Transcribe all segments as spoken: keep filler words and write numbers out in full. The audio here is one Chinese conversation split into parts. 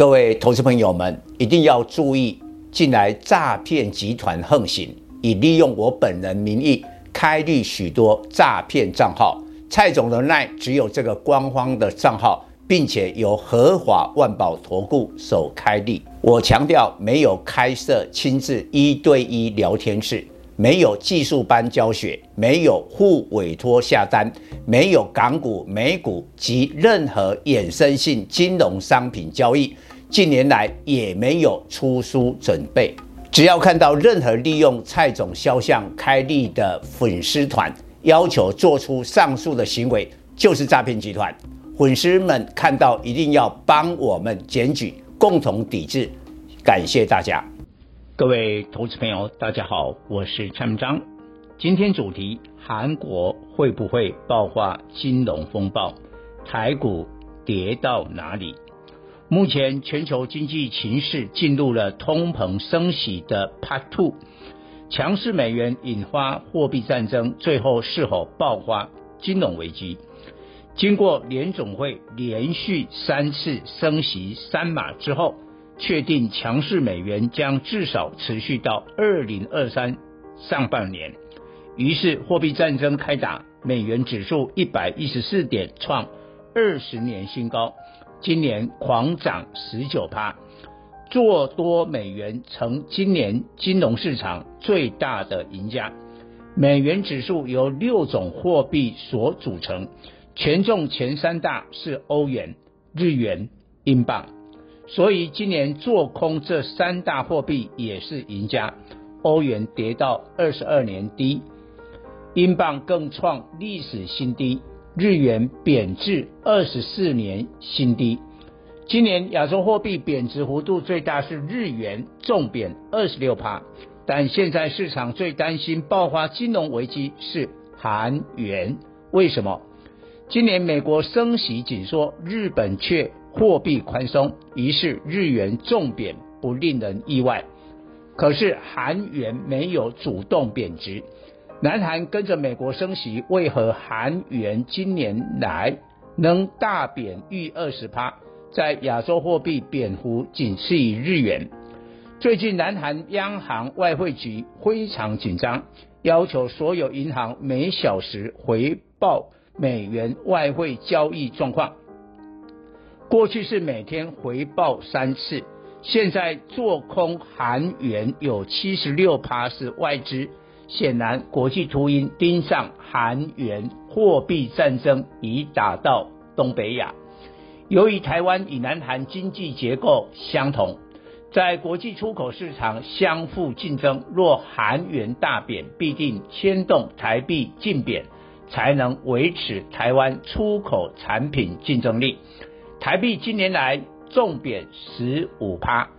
各位投资朋友们一定要注意，近来诈骗集团横行，以利用我本人名义开立许多诈骗账号。蔡总的 LINE 只有这个官方的账号，并且由合法万宝投顾所开立。我强调，没有开设亲自一对一聊天室，没有技术班教学，没有互委托下单，没有港股、美股及任何衍生性金融商品交易。近年来也没有出书准备。只要看到任何利用蔡总肖像开立的粉丝团，要求做出上述的行为，就是诈骗集团。粉丝们看到一定要帮我们检举，共同抵制。感谢大家。 各位投资朋友大家好，我是蔡明彰。今天主题：韩国会不会爆发金融风暴？台股跌到哪里？目前全球经济情势进入了通膨升息的 Part 二， 强势美元引发货币战争，最后是否爆发金融危机？经过联总会连续三次升息三码之后，确定强势美元将至少持续到二零二三上半年。于是货币战争开打，美元指数一百一十四点创二十年新高，今年狂涨 百分之十九， 做多美元成今年金融市场最大的赢家。美元指数由六种货币所组成，权重前三大是欧元、日元、英镑，所以今年做空这三大货币也是赢家。欧元跌到二十二年低，英镑更创历史新低，日元贬至二十四年新低。今年亚洲货币贬值幅度最大是日元，重贬 百分之二十六， 但现在市场最担心爆发金融危机是韩元。为什么？今年美国升息紧缩，日本却货币宽松，于是日元重贬不令人意外。可是韩元没有主动贬值，南韩跟着美国升息，为何韩元今年来能大贬逾 百分之二十？ 在亚洲货币贬幅仅次于日元。最近南韩央行外汇局非常紧张，要求所有银行每小时回报美元外汇交易状况。过去是每天回报三次，现在做空韩元有 百分之七十六 是外资。显然国际秃鹰盯上韩元货币战争已打到东北亚。由于台湾与南韩经济结构相同，在国际出口市场相互竞争，若韩元大贬，必定牵动台币竞贬，才能维持台湾出口产品竞争力。台币今年来重贬 百分之十五，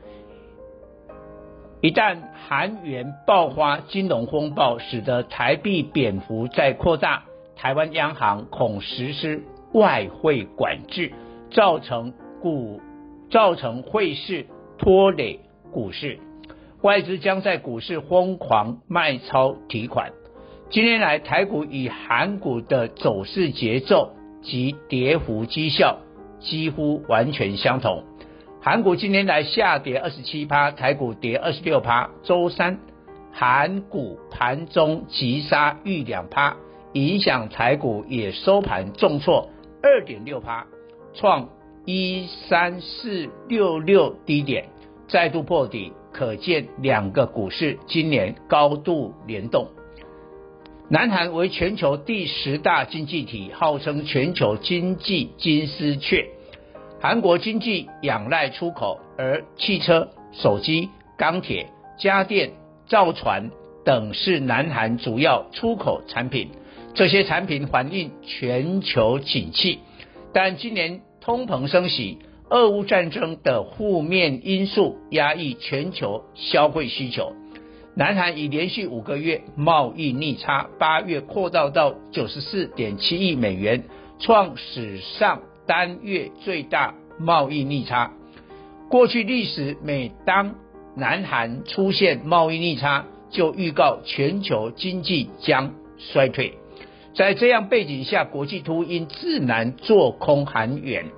一旦韩元爆发金融风暴，使得台币贬幅再扩大，台湾央行恐实施外汇管制，造成股造成汇市拖累股市，外资将在股市疯狂卖超提款。今年来台股与韩股的走势节奏及跌幅绩效几乎完全相同。韩股今年来下跌 百分之二十七， 台股跌 百分之二十六。 周三韩股盘中急杀逾 百分之二， 影响台股也收盘重挫 二点六，创一三四六六低点，再度破底，可见两个股市今年高度联动。南韩为全球第十大经济体，号称全球经济金丝雀。韩国经济仰赖出口，而汽车、手机、钢铁、家电、造船等是南韩主要出口产品，这些产品反映全球景气。但今年通膨升息、俄乌战争的负面因素压抑全球消费需求。南韩已连续五个月贸易逆差，八月扩大到 九十四点七亿美元，创史上单月最大贸易逆差。过去历史每当南韩出现贸易逆差，就预告全球经济将衰退。在这样背景下，国际秃鹰自然做空韩元。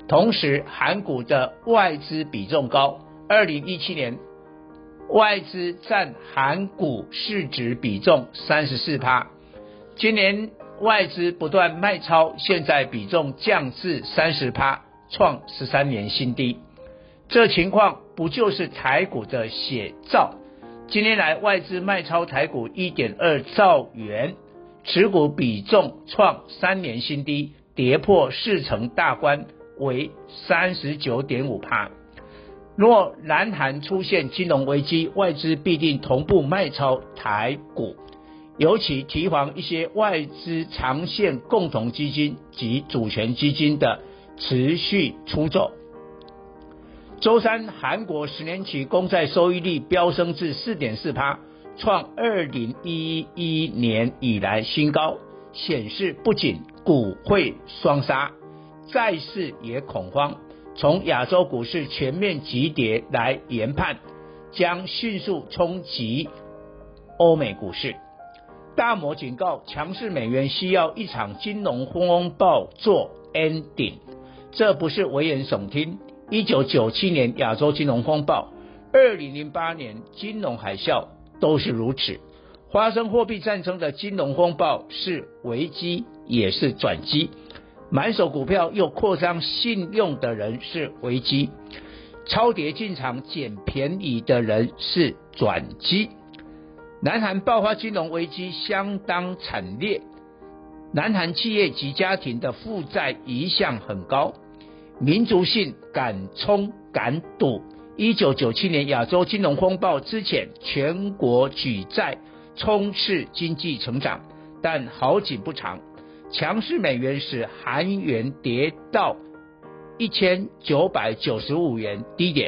同时韩股的外资比重高，二零一七年外资占韩股市值比重 百分之三十四， 今年外资不断卖超，现在比重降至 百分之三十， 创十三年新低。这情况不就是台股的写照？今年来外资卖超台股 一点二兆元，持股比重创三年新低，跌破四成大关，为 百分之三十九点五。 若南韩出现金融危机，外资必定同步卖超台股，尤其提防一些外资长线共同基金及主权基金的持续出走。周三，韩国十年期公债收益率飙升至 四点四， 创二零一一年以来新高，显示不仅股汇双杀，债市也恐慌。从亚洲股市全面急跌来研判，将迅速冲击欧美股市。大摩警告，强势美元需要一场金融风暴做 ending， 这不是危言耸听。一九九七年亚洲金融风暴，二零零八年金融海啸都是如此。发生货币战争的金融风暴是危机也是转机，满手股票又扩张信用的人是危机，超跌进场捡便宜的人是转机。南韩爆发金融危机相当惨烈，南韩企业及家庭的负债一向很高，民族性敢冲敢赌。一九九七年亚洲金融风暴之前，全国举债冲刺经济成长，但好景不长，强势美元使韩元跌到一千九百九十五元低点，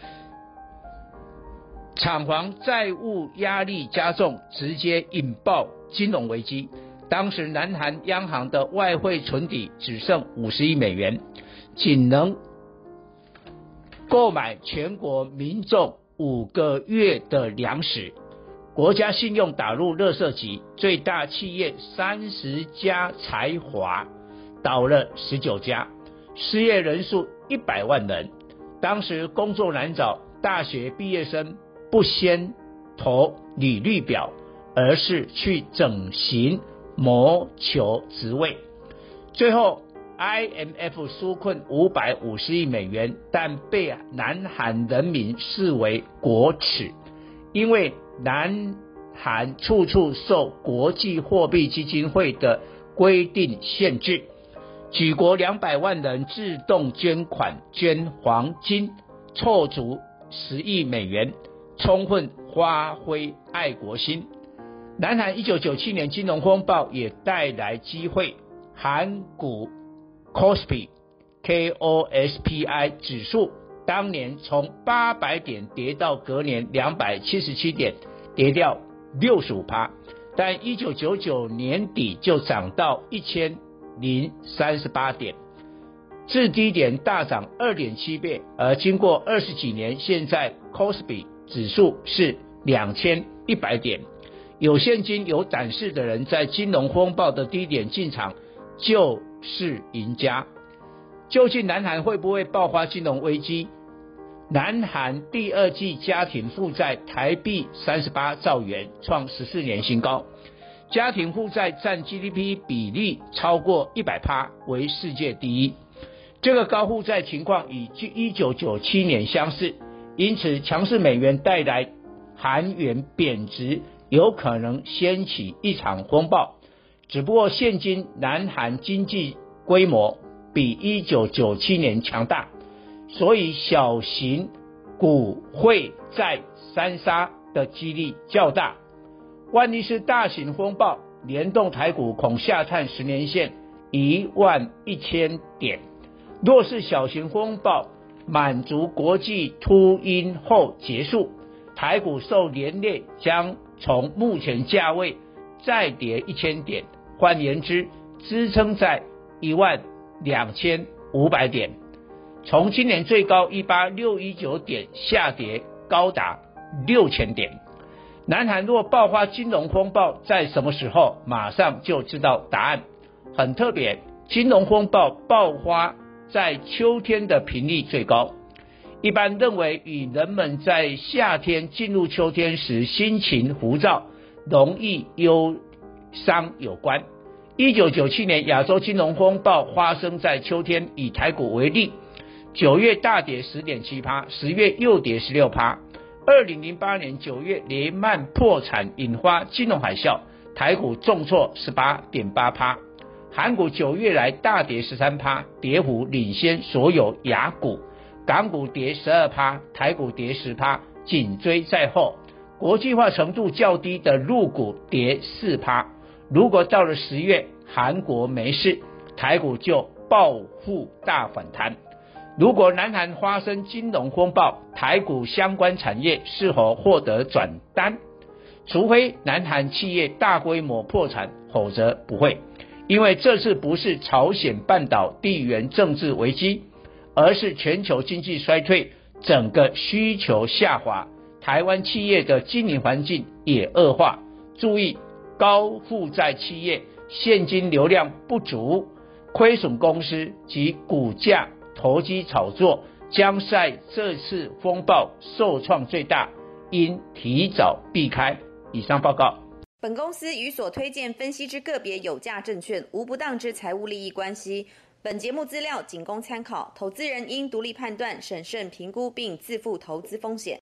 厂房债务压力加重，直接引爆金融危机。当时南韩央行的外汇存底只剩五十亿美元，仅能购买全国民众五个月的粮食，国家信用打入垃圾级，最大企业三十家才华倒了十九家，失业人数一百万人。当时工作难找，大学毕业生不先投履历表，而是去整形谋求职位。最后 I M F 纾困五百五十亿美元，但被南韩人民视为国耻，因为南韩处处受国际货币基金会的规定限制，举国两百万人自动捐款捐黄金，凑足十亿美元，充分发挥爱国心。南韩一九九七年金融风暴也带来机会，韩股 Kospi K O S P I 指数当年从八百点跌到隔年两百七十七点，跌掉 百分之六十五， 但一九九九年底就涨到一千零三十八点，至低点大涨 二点七倍，而经过二十几年，现在 Kospi 指数是两千一百点。有现金有胆识的人在金融风暴的低点进场就是赢家。究竟南韩会不会爆发金融危机？南韩第二季家庭负债台币三十八兆元，创十四年新高，家庭负债占 G D P 比例超过 百分之百， 为世界第一。这个高负债情况与一九九七年相似，因此强势美元带来韩元贬值，有可能掀起一场风暴。只不过现今南韩经济规模比一九九七年强大，所以小型股会在三杀的几率较大。万一是大型风暴，联动台股恐下探十年线一万一千点。若是小型风暴满足国际秃鹰后结束，台股受连累将从目前价位再跌一千点，换言之，支撑在一万两千五百点。从今年最高一八六一九点下跌高达六千点。南韩若爆发金融风暴，在什么时候马上就知道答案。很特别，金融风暴爆发在秋天的频率最高。一般认为与人们在夏天进入秋天时心情浮躁、容易忧伤有关。一九九七年亚洲金融风暴发生在秋天，以台股为例，九月大跌 百分之十点七， 十月又跌 百分之十六。 二零零八年九月雷曼破产引发金融海啸，台股重挫 百分之十八点八。 韩股九月来大跌 百分之十三， 跌幅领先所有亚股。港股跌 百分之十二， 台股跌 百分之十， 紧追在后。国际化程度较低的陆股跌 百分之四。 如果到了十月韩国没事，台股就报复大反弹。如果南韩发生金融风暴，台股相关产业是否获得转单？除非南韩企业大规模破产，否则不会。因为这次不是朝鲜半岛地缘政治危机，而是全球经济衰退，整个需求下滑，台湾企业的经营环境也恶化。注意，高负债企业现金流量不足，亏损公司及股价投机炒作将在这次风暴受创最大，应提早避开。以上报告。 本公司与所推荐分析之个别有价证券无不当之财务利益关系。本节目资料仅供参考，投资人应独立判断、审慎评估并自负投资风险。